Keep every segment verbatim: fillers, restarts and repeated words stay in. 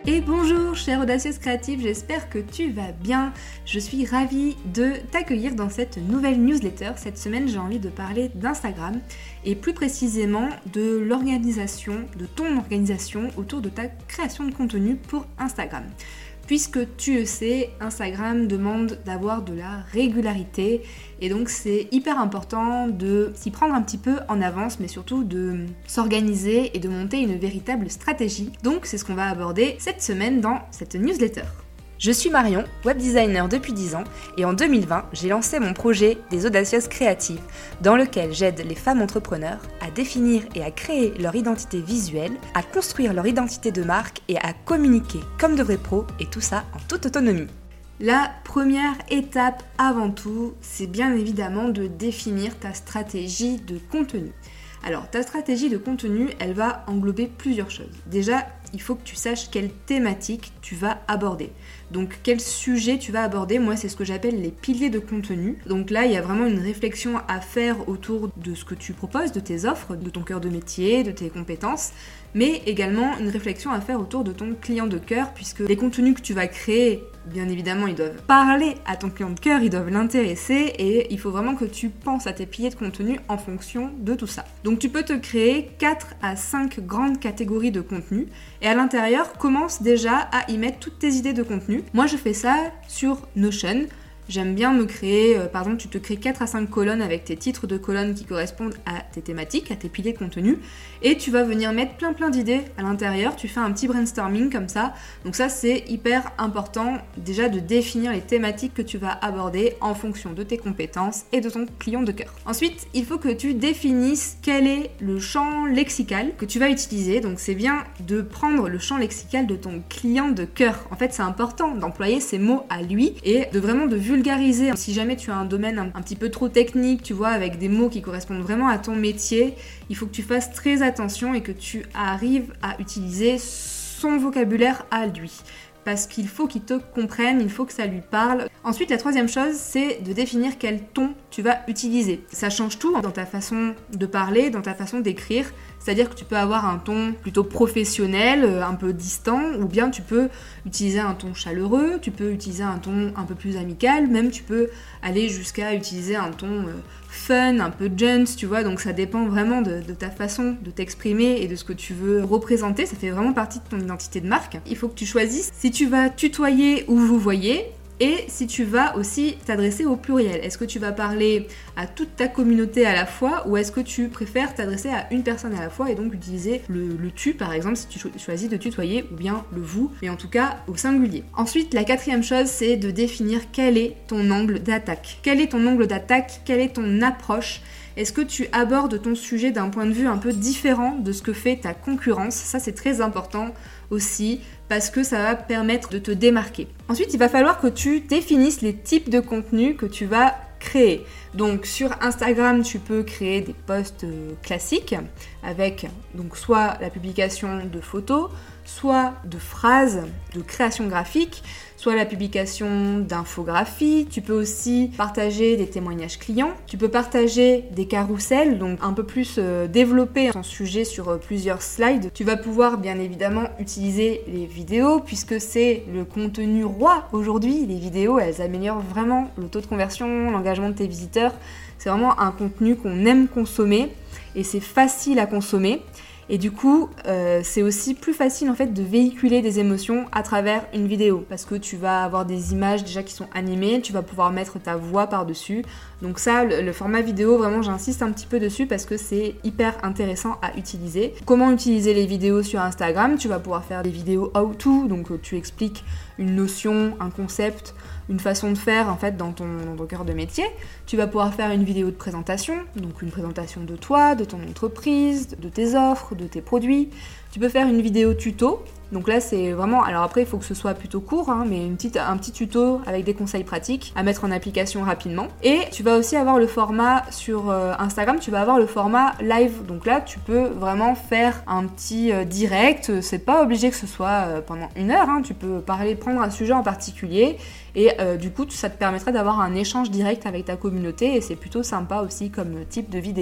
Et bonjour chère audacieuse créative, j'espère que tu vas bien. Je suis ravie de t'accueillir dans cette nouvelle newsletter. Cette semaine, j'ai envie de parler d'Instagram et plus précisément de l'organisation, de ton organisation autour de ta création de contenu pour Instagram. Puisque tu le sais, Instagram demande d'avoir de la régularité et donc c'est hyper important de s'y prendre un petit peu en avance, mais surtout de s'organiser et de monter une véritable stratégie. Donc c'est ce qu'on va aborder cette semaine dans cette newsletter. Je suis Marion, web designer depuis dix ans et en deux mille vingt, j'ai lancé mon projet des Audacieuses Créatives dans lequel j'aide les femmes entrepreneurs à définir et à créer leur identité visuelle, à construire leur identité de marque et à communiquer comme de vrais pros et tout ça en toute autonomie. La première étape avant tout, c'est bien évidemment de définir ta stratégie de contenu. Alors ta stratégie de contenu, elle va englober plusieurs choses. Déjà, il faut que tu saches quelle thématique tu vas aborder. Donc quel sujet tu vas aborder, moi c'est ce que j'appelle les piliers de contenu. Donc là il y a vraiment une réflexion à faire autour de ce que tu proposes, de tes offres, de ton cœur de métier, de tes compétences, mais également une réflexion à faire autour de ton client de cœur, puisque les contenus que tu vas créer, bien évidemment ils doivent parler à ton client de cœur, ils doivent l'intéresser et il faut vraiment que tu penses à tes piliers de contenu en fonction de tout ça. Donc tu peux te créer quatre à cinq grandes catégories de contenu et à l'intérieur commence déjà à y mettre toutes tes idées de contenu. Moi je fais ça sur Notion. J'aime bien me créer, euh, par exemple, tu te crées quatre à cinq colonnes avec tes titres de colonnes qui correspondent à tes thématiques, à tes piliers de contenu, et tu vas venir mettre plein plein d'idées à l'intérieur, tu fais un petit brainstorming comme ça. Donc ça c'est hyper important déjà de définir les thématiques que tu vas aborder en fonction de tes compétences et de ton client de cœur. Ensuite, il faut que tu définisses quel est le champ lexical que tu vas utiliser, donc c'est bien de prendre le champ lexical de ton client de cœur. En fait c'est important d'employer ces mots à lui et de vraiment de vulgariser. Si jamais tu as un domaine un, un petit peu trop technique, tu vois, avec des mots qui correspondent vraiment à ton métier, il faut que tu fasses très attention et que tu arrives à utiliser son vocabulaire à lui. Parce qu'il faut qu'il te comprenne, il faut que ça lui parle. Ensuite, la troisième chose, c'est de définir quel ton tu vas utiliser. Ça change tout dans ta façon de parler, dans ta façon d'écrire. C'est-à-dire que tu peux avoir un ton plutôt professionnel, un peu distant, ou bien tu peux utiliser un ton chaleureux, tu peux utiliser un ton un peu plus amical, même tu peux aller jusqu'à utiliser un ton fun, un peu gens, tu vois, donc ça dépend vraiment de, de ta façon de t'exprimer et de ce que tu veux représenter, ça fait vraiment partie de ton identité de marque. Il faut que tu choisisses si tu vas tutoyer ou vous voyez, et si tu vas aussi t'adresser au pluriel. Est-ce que tu vas parler à toute ta communauté à la fois ou est-ce que tu préfères t'adresser à une personne à la fois et donc utiliser le, le tu par exemple si tu cho- choisis de tutoyer ou bien le vous, mais en tout cas au singulier. Ensuite, la quatrième chose, c'est de définir quel est ton angle d'attaque. Quel est ton angle d'attaque? Quelle est ton approche? Est-ce que tu abordes ton sujet d'un point de vue un peu différent de ce que fait ta concurrence? Ça, c'est très important aussi parce que ça va permettre de te démarquer. Ensuite, il va falloir que tu définisses les types de contenus que tu vas créer. Donc sur Instagram, tu peux créer des posts classiques avec donc soit la publication de photos, soit de phrases de création graphique, soit la publication d'infographies. Tu peux aussi partager des témoignages clients. Tu peux partager des carousels, donc un peu plus euh, développer ton sujet sur euh, plusieurs slides. Tu vas pouvoir bien évidemment utiliser les vidéos puisque c'est le contenu roi aujourd'hui. Les vidéos, elles améliorent vraiment le taux de conversion, l'engagement de tes visiteurs. C'est vraiment un contenu qu'on aime consommer et c'est facile à consommer. Et du coup, euh, c'est aussi plus facile en fait de véhiculer des émotions à travers une vidéo parce que tu vas avoir des images déjà qui sont animées, tu vas pouvoir mettre ta voix par-dessus. Donc ça, le, le format vidéo, vraiment j'insiste un petit peu dessus parce que c'est hyper intéressant à utiliser. Comment utiliser les vidéos sur Instagram? Tu vas pouvoir faire des vidéos how-to, donc tu expliques une notion, un concept, une façon de faire en fait dans ton, dans ton cœur de métier. Tu vas pouvoir faire une vidéo de présentation, donc une présentation de toi, de ton entreprise, de tes offres, de tes produits. Tu peux faire une vidéo tuto. Donc là c'est vraiment, alors après il faut que ce soit plutôt court, hein, mais une petite, un petit tuto avec des conseils pratiques à mettre en application rapidement. Et tu vas aussi avoir le format sur euh, Instagram, tu vas avoir le format live. Donc là tu peux vraiment faire un petit euh, direct, c'est pas obligé que ce soit euh, pendant une heure, hein. Tu peux parler, prendre un sujet en particulier et euh, du coup ça te permettrait d'avoir un échange direct avec ta communauté et c'est plutôt sympa aussi comme type de vidéo.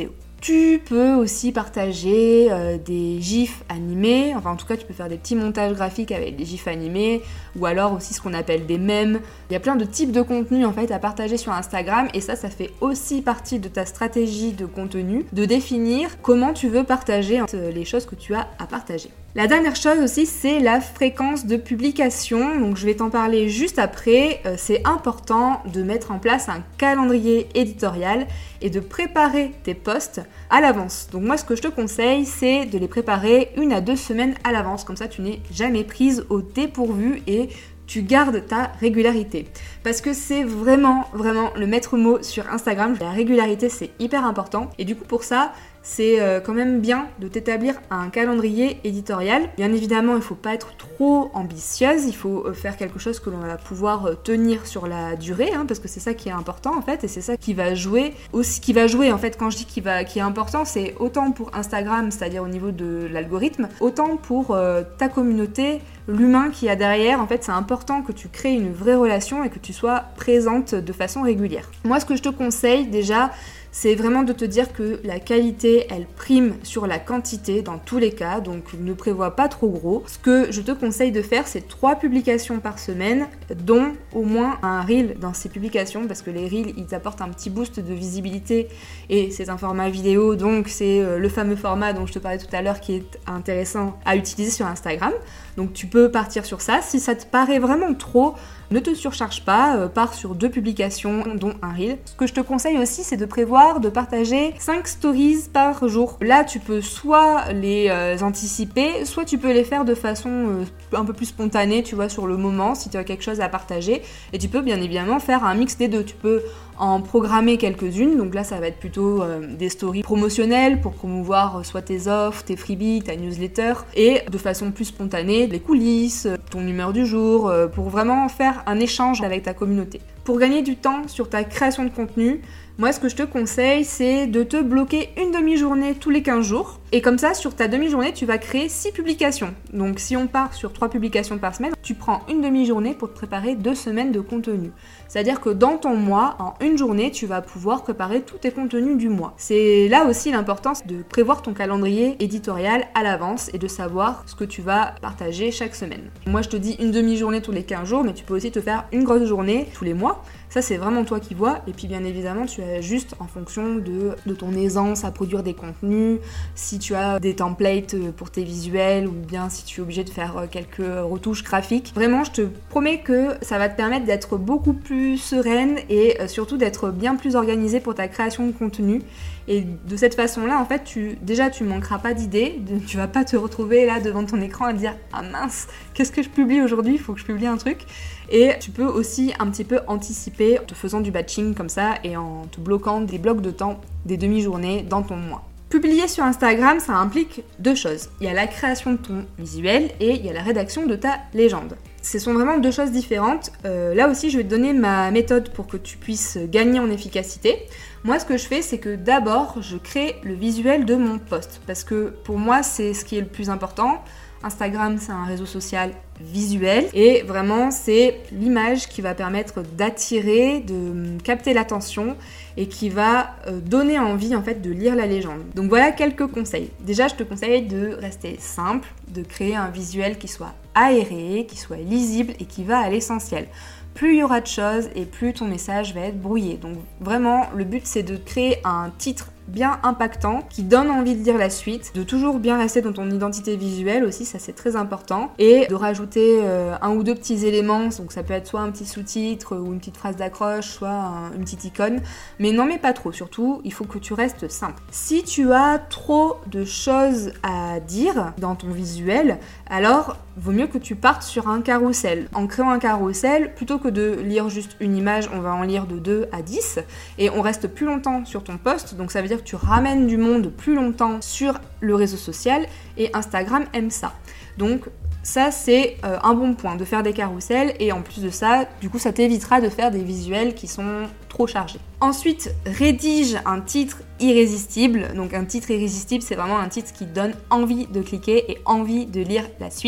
Tu peux aussi partager euh, des gifs animés, enfin en tout cas tu peux faire des petits montages graphiques avec des gifs animés, ou alors aussi ce qu'on appelle des mèmes. Il y a plein de types de contenus en fait à partager sur Instagram, et ça, ça fait aussi partie de ta stratégie de contenu, de définir comment tu veux partager les choses que tu as à partager. La dernière chose aussi, c'est la fréquence de publication. Donc je vais t'en parler juste après. Euh, c'est important de mettre en place un calendrier éditorial et de préparer tes posts à l'avance. Donc moi, ce que je te conseille, c'est de les préparer une à deux semaines à l'avance. Comme ça, tu n'es jamais prise au dépourvu et tu gardes ta régularité. Parce que c'est vraiment, vraiment le maître mot sur Instagram. La régularité, c'est hyper important. Et du coup, pour ça, c'est quand même bien de t'établir un calendrier éditorial. Bien évidemment, il ne faut pas être trop ambitieuse, il faut faire quelque chose que l'on va pouvoir tenir sur la durée, hein, parce que c'est ça qui est important en fait, et c'est ça qui va jouer. Aussi, qui va jouer en fait, quand je dis qui, va, qui est important, c'est autant pour Instagram, c'est-à-dire au niveau de l'algorithme, autant pour euh, ta communauté, l'humain qu'il y a derrière. En fait, c'est important que tu crées une vraie relation et que tu sois présente de façon régulière. Moi, ce que je te conseille déjà, c'est vraiment de te dire que la qualité, elle prime sur la quantité dans tous les cas, donc ne prévois pas trop gros. Ce que je te conseille de faire, c'est trois publications par semaine, dont au moins un reel dans ces publications, parce que les reels, ils apportent un petit boost de visibilité, et c'est un format vidéo, donc c'est le fameux format dont je te parlais tout à l'heure qui est intéressant à utiliser sur Instagram. Donc tu peux partir sur ça. Si ça te paraît vraiment trop, ne te surcharge pas, euh, pars sur deux publications, dont un reel. Ce que je te conseille aussi, c'est de prévoir de partager cinq stories par jour. Là, tu peux soit les euh, anticiper, soit tu peux les faire de façon euh, un peu plus spontanée, tu vois, sur le moment, si tu as quelque chose à partager. Et tu peux bien évidemment faire un mix des deux. Tu peux en programmer quelques-unes, donc là ça va être plutôt euh, des stories promotionnelles pour promouvoir euh, soit tes offres, tes freebies, ta newsletter, et de façon plus spontanée, les coulisses, euh, ton humeur du jour, euh, pour vraiment faire un échange avec ta communauté. Pour gagner du temps sur ta création de contenu, moi, ce que je te conseille, c'est de te bloquer une demi-journée tous les quinze jours. Et comme ça, sur ta demi-journée, tu vas créer six publications. Donc, si on part sur trois publications par semaine, tu prends une demi-journée pour te préparer deux semaines de contenu. C'est-à-dire que dans ton mois, en une journée, tu vas pouvoir préparer tous tes contenus du mois. C'est là aussi l'importance de prévoir ton calendrier éditorial à l'avance et de savoir ce que tu vas partager chaque semaine. Moi, je te dis une demi-journée tous les quinze jours, mais tu peux aussi te faire une grosse journée tous les mois. Ça, c'est vraiment toi qui vois. Et puis, bien évidemment, tu ajustes en fonction de, de ton aisance à produire des contenus, si tu as des templates pour tes visuels ou bien si tu es obligé de faire quelques retouches graphiques. Vraiment, je te promets que ça va te permettre d'être beaucoup plus sereine et surtout d'être bien plus organisée pour ta création de contenu. Et de cette façon-là, en fait, tu, déjà, tu manqueras pas d'idées. Tu vas pas te retrouver là devant ton écran à te dire « Ah mince, qu'est-ce que je publie aujourd'hui ? Il faut que je publie un truc ». Et tu peux aussi un petit peu anticiper en te faisant du batching comme ça et en te bloquant des blocs de temps, des demi-journées dans ton mois. Publier sur Instagram, ça implique deux choses. Il y a la création de ton visuel et il y a la rédaction de ta légende. Ce sont vraiment deux choses différentes. Euh, là aussi, je vais te donner ma méthode pour que tu puisses gagner en efficacité. Moi, ce que je fais, c'est que d'abord, je crée le visuel de mon post. Parce que pour moi, c'est ce qui est le plus important. Instagram, c'est un réseau social visuel et vraiment, c'est l'image qui va permettre d'attirer, de capter l'attention et qui va donner envie en fait de lire la légende. Donc voilà quelques conseils. Déjà, je te conseille de rester simple, de créer un visuel qui soit aéré, qui soit lisible et qui va à l'essentiel. Plus il y aura de choses et plus ton message va être brouillé. Donc vraiment, le but c'est de créer un titre bien impactant, qui donne envie de lire la suite, de toujours bien rester dans ton identité visuelle aussi, ça c'est très important, et de rajouter euh, un ou deux petits éléments, donc ça peut être soit un petit sous-titre ou une petite phrase d'accroche, soit un, une petite icône, mais n'en mets pas trop, surtout il faut que tu restes simple. Si tu as trop de choses à dire dans ton visuel, alors vaut mieux que tu partes sur un carrousel. En créant un carrousel, plutôt que de lire juste une image, on va en lire de deux à dix, et on reste plus longtemps sur ton post, donc ça veut dire que tu ramènes du monde plus longtemps sur le réseau social et Instagram aime ça. Donc ça c'est euh, un bon point de faire des carousels et en plus de ça, du coup ça t'évitera de faire des visuels qui sont trop chargés. Ensuite, rédige un titre irrésistible. Donc un titre irrésistible, c'est vraiment un titre qui donne envie de cliquer et envie de lire la suite.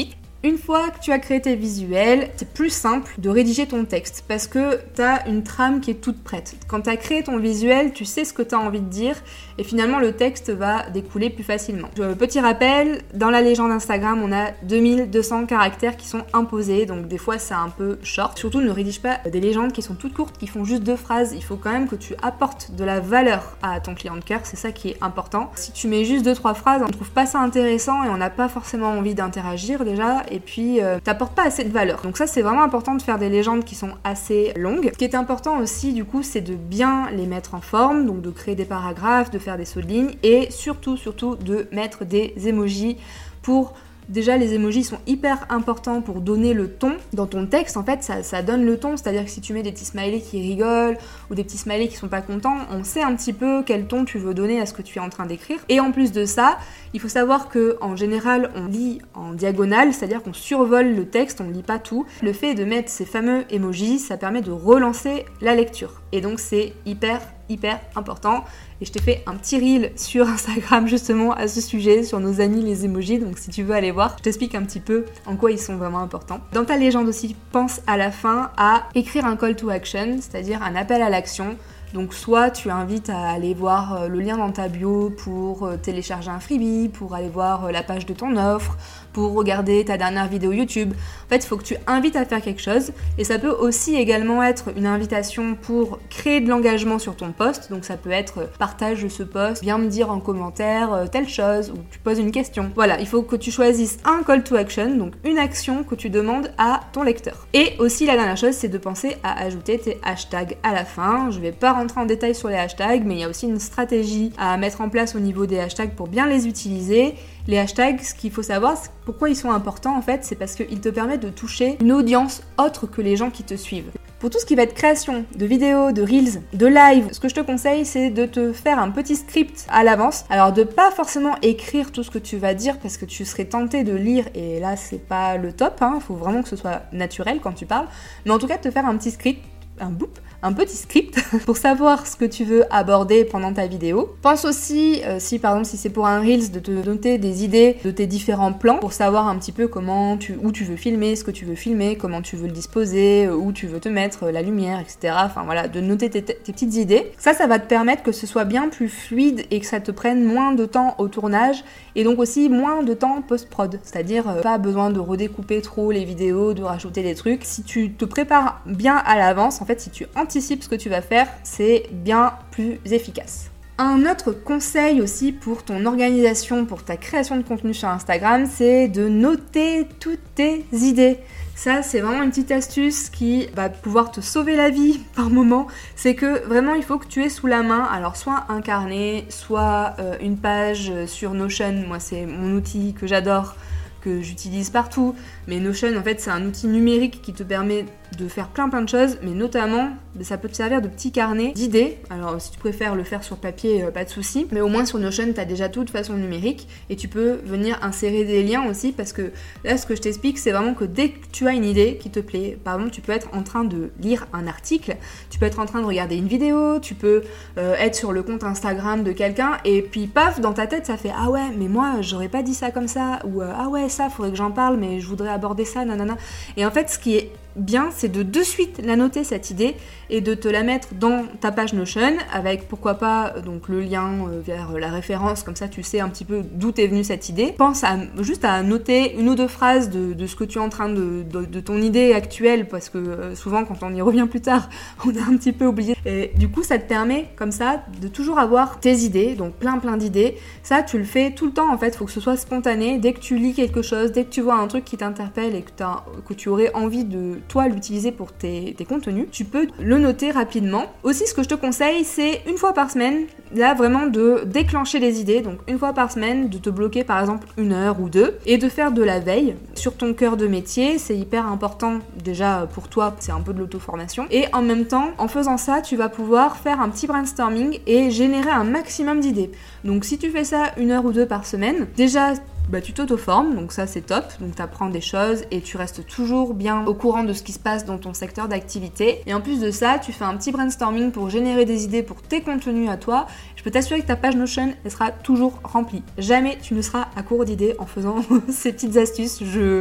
Une fois que tu as créé tes visuels, c'est plus simple de rédiger ton texte parce que tu as une trame qui est toute prête. Quand tu as créé ton visuel, tu sais ce que tu as envie de dire et finalement le texte va découler plus facilement. Petit rappel, dans la légende Instagram, on a deux mille deux cents caractères qui sont imposés, donc des fois c'est un peu short. Surtout ne rédige pas des légendes qui sont toutes courtes, qui font juste deux phrases. Il faut quand même que tu apportes de la valeur à ton client de cœur, c'est ça qui est important. Si tu mets juste deux trois phrases, on trouve pas ça intéressant et on n'a pas forcément envie d'interagir déjà. Et puis euh, t'apportes pas assez de valeur. Donc ça c'est vraiment important de faire des légendes qui sont assez longues. Ce qui est important aussi du coup c'est de bien les mettre en forme, donc de créer des paragraphes, de faire des sauts de ligne et surtout surtout de mettre des emojis pour... Déjà, les emojis sont hyper importants pour donner le ton. Dans ton texte, en fait, ça, ça donne le ton. C'est-à-dire que si tu mets des petits smileys qui rigolent ou des petits smileys qui sont pas contents, on sait un petit peu quel ton tu veux donner à ce que tu es en train d'écrire. Et en plus de ça, il faut savoir que en général, on lit en diagonale, c'est-à-dire qu'on survole le texte, on lit pas tout. Le fait de mettre ces fameux emojis, ça permet de relancer la lecture. Et donc, c'est hyper hyper important et je t'ai fait un petit reel sur Instagram justement à ce sujet sur nos amis les emojis, donc si tu veux aller voir, je t'explique un petit peu en quoi ils sont vraiment importants. Dans ta légende aussi, pense à la fin à écrire un call to action, c'est-à-dire un appel à l'action. Donc soit tu invites à aller voir le lien dans ta bio pour télécharger un freebie, pour aller voir la page de ton offre, pour regarder ta dernière vidéo YouTube. En fait, il faut que tu invites à faire quelque chose et ça peut aussi également être une invitation pour créer de l'engagement sur ton post. Donc ça peut être partage ce post, viens me dire en commentaire telle chose ou tu poses une question. Voilà, il faut que tu choisisses un call to action, donc une action que tu demandes à ton lecteur. Et aussi la dernière chose, c'est de penser à ajouter tes hashtags à la fin. Je vais pas rentrer en détail sur les hashtags, mais il y a aussi une stratégie à mettre en place au niveau des hashtags pour bien les utiliser. Les hashtags, ce qu'il faut savoir, c'est pourquoi ils sont importants en fait, c'est parce qu'ils te permettent de toucher une audience autre que les gens qui te suivent. Pour tout ce qui va être création de vidéos, de reels, de live, ce que je te conseille, c'est de te faire un petit script à l'avance. Alors de pas forcément écrire tout ce que tu vas dire parce que tu serais tenté de lire et là c'est pas le top, hein. Faut vraiment que ce soit naturel quand tu parles, mais en tout cas de te faire un petit script, un boop, un petit script pour savoir ce que tu veux aborder pendant ta vidéo. Pense aussi, euh, si par exemple si c'est pour un Reels, de te noter des idées de tes différents plans pour savoir un petit peu comment tu, où tu veux filmer, ce que tu veux filmer, comment tu veux le disposer, où tu veux te mettre la lumière, et cetera. Enfin voilà, de noter tes, tes petites idées. Ça, ça va te permettre que ce soit bien plus fluide et que ça te prenne moins de temps au tournage et donc aussi moins de temps post-prod. C'est-à-dire euh, pas besoin de redécouper trop les vidéos, de rajouter des trucs. Si tu te prépares bien à l'avance, en fait, si tu anticipes ce que tu vas faire, c'est bien plus efficace. Un autre conseil aussi pour ton organisation, pour ta création de contenu sur Instagram, c'est de noter toutes tes idées. Ça, c'est vraiment une petite astuce qui va pouvoir te sauver la vie par moment. C'est que vraiment, il faut que tu aies sous la main, alors soit un carnet, soit euh, une page sur Notion. Moi, c'est mon outil que j'adore, que j'utilise partout. Mais Notion, en fait, c'est un outil numérique qui te permet de faire plein plein de choses, mais notamment, ça peut te servir de petit carnet d'idées. Alors, si tu préfères le faire sur papier, euh, pas de souci. Mais au moins, sur Notion, tu as déjà tout de façon numérique et tu peux venir insérer des liens aussi parce que là, ce que je t'explique, c'est vraiment que dès que tu as une idée qui te plaît, par exemple, tu peux être en train de lire un article, tu peux être en train de regarder une vidéo, tu peux euh, être sur le compte Instagram de quelqu'un et puis paf, dans ta tête, ça fait « Ah ouais, mais moi, j'aurais pas dit ça comme ça » ou euh, « Ah ouais, ça, faudrait que j'en parle, mais je voudrais aborder ça, nanana ». Et en fait, ce qui est bien, c'est de de suite la noter cette idée et de te la mettre dans ta page Notion avec pourquoi pas donc le lien vers la référence, comme ça tu sais un petit peu d'où t'es venue cette idée. Pense à, juste à noter une ou deux phrases de, de ce que tu es en train de, de, de ton idée actuelle parce que euh, souvent quand on y revient plus tard, on a un petit peu oublié. Et du coup ça te permet comme ça de toujours avoir tes idées, donc plein plein d'idées. Ça tu le fais tout le temps en fait, il faut que ce soit spontané. Dès que tu lis quelque chose, dès que tu vois un truc qui t'interpelle et que, t'as, que tu aurais envie de toi l'utiliser pour tes, tes contenus, tu peux le noter rapidement. Aussi, ce que je te conseille, c'est une fois par semaine, là vraiment de déclencher les idées, donc une fois par semaine, de te bloquer par exemple une heure ou deux et de faire de la veille sur ton cœur de métier. C'est hyper important déjà pour toi, c'est un peu de l'auto-formation. Et en même temps, en faisant ça, tu vas pouvoir faire un petit brainstorming et générer un maximum d'idées. Donc si tu fais ça une heure ou deux par semaine, déjà bah, tu t'auto-formes, donc ça c'est top, donc tu apprends des choses et tu restes toujours bien au courant de ce qui se passe dans ton secteur d'activité. Et en plus de ça, tu fais un petit brainstorming pour générer des idées pour tes contenus à toi. Je peux t'assurer que ta page Notion, elle sera toujours remplie. Jamais tu ne seras à court d'idées en faisant ces petites astuces. Je...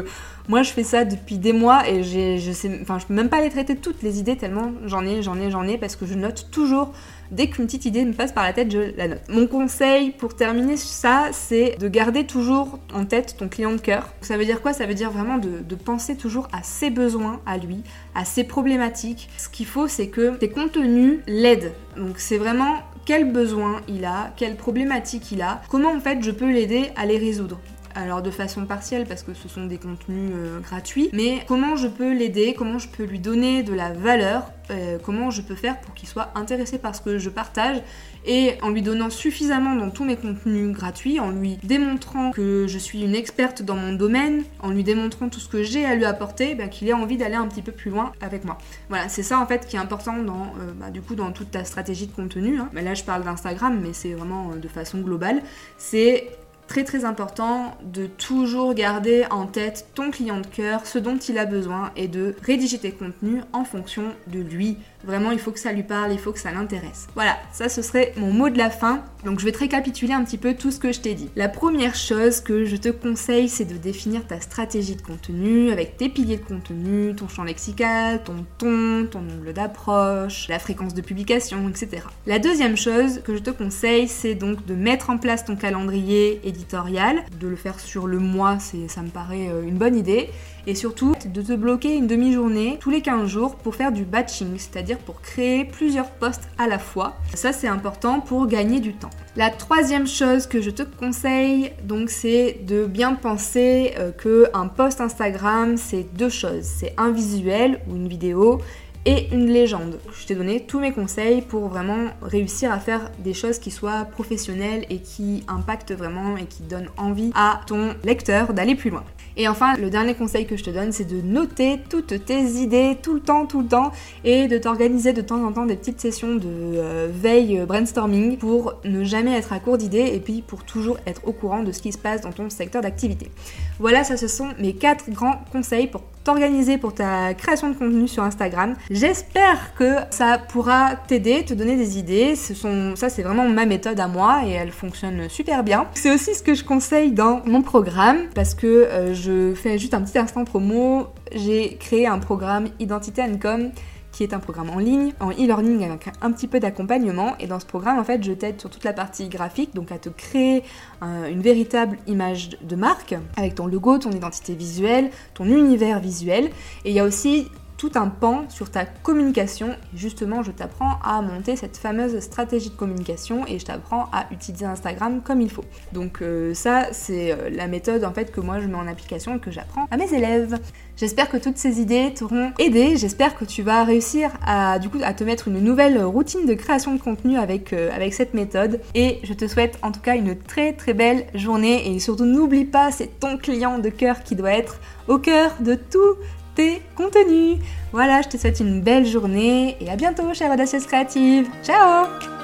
Moi je fais ça depuis des mois et j'ai, je sais, enfin je peux même pas les traiter toutes les idées tellement j'en ai, j'en ai, j'en ai parce que je note toujours. Dès qu'une petite idée me passe par la tête, je la note. Mon conseil pour terminer ça, c'est de garder toujours en tête ton client de cœur. Ça veut dire quoi? Ça veut dire vraiment de, de penser toujours à ses besoins, à lui, à ses problématiques. Ce qu'il faut, c'est que tes contenus l'aident. Donc c'est vraiment quels besoins il a, quelles problématiques il a, comment en fait je peux l'aider à les résoudre. Alors de façon partielle parce que ce sont des contenus euh, gratuits, mais comment je peux l'aider, comment je peux lui donner de la valeur, euh, comment je peux faire pour qu'il soit intéressé par ce que je partage et en lui donnant suffisamment dans tous mes contenus gratuits, en lui démontrant que je suis une experte dans mon domaine, en lui démontrant tout ce que j'ai à lui apporter, ben, qu'il ait envie d'aller un petit peu plus loin avec moi. Voilà, c'est ça en fait qui est important dans, euh, bah, du coup, dans toute ta stratégie de contenu. Hein. Mais là je parle d'Instagram, mais c'est vraiment euh, de façon globale. C'est très très important de toujours garder en tête ton client de cœur, ce dont il a besoin et de rédiger tes contenus en fonction de lui. Vraiment, il faut que ça lui parle, il faut que ça l'intéresse. Voilà, ça ce serait mon mot de la fin. Donc je vais te récapituler un petit peu tout ce que je t'ai dit. La première chose que je te conseille, c'est de définir ta stratégie de contenu avec tes piliers de contenu, ton champ lexical, ton ton, ton angle d'approche, la fréquence de publication, et cetera. La deuxième chose que je te conseille, c'est donc de mettre en place ton calendrier éditorial, de le faire sur le mois, c'est, ça me paraît une bonne idée. Et surtout, de te bloquer une demi-journée tous les quinze jours pour faire du batching, c'est-à-dire pour créer plusieurs posts à la fois. Ça, c'est important pour gagner du temps. La troisième chose que je te conseille, donc, c'est de bien penser euh, qu'un post Instagram, c'est deux choses. C'est un visuel ou une vidéo et une légende. Je t'ai donné tous mes conseils pour vraiment réussir à faire des choses qui soient professionnelles et qui impactent vraiment et qui donnent envie à ton lecteur d'aller plus loin. Et enfin, le dernier conseil que je te donne, c'est de noter toutes tes idées tout le temps, tout le temps, et de t'organiser de temps en temps des petites sessions de euh, veille euh, brainstorming pour ne jamais être à court d'idées et puis pour toujours être au courant de ce qui se passe dans ton secteur d'activité. Voilà, ça ce sont mes quatre grands conseils pour t'organiser pour ta création de contenu sur Instagram. J'espère que ça pourra t'aider, te donner des idées. Ce sont, ça, c'est vraiment ma méthode à moi et elle fonctionne super bien. C'est aussi ce que je conseille dans mon programme parce que euh, je fais juste un petit instant promo. J'ai créé un programme Identité and Com qui est un programme en ligne, en e-learning avec un petit peu d'accompagnement. Et dans ce programme, en fait, je t'aide sur toute la partie graphique, donc à te créer un, une véritable image de marque avec ton logo, ton identité visuelle, ton univers visuel. Et il y a aussi tout un pan sur ta communication. Et justement, je t'apprends à monter cette fameuse stratégie de communication et je t'apprends à utiliser Instagram comme il faut. Donc euh, ça, c'est euh, la méthode en fait que moi je mets en application et que j'apprends à mes élèves. J'espère que toutes ces idées t'auront aidé. J'espère que tu vas réussir à du coup à te mettre une nouvelle routine de création de contenu avec euh, avec cette méthode. Et je te souhaite en tout cas une très très belle journée et surtout n'oublie pas, c'est ton client de cœur qui doit être au cœur de tout tes contenus. Voilà, je te souhaite une belle journée et à bientôt, chère audacieuse créative. Ciao!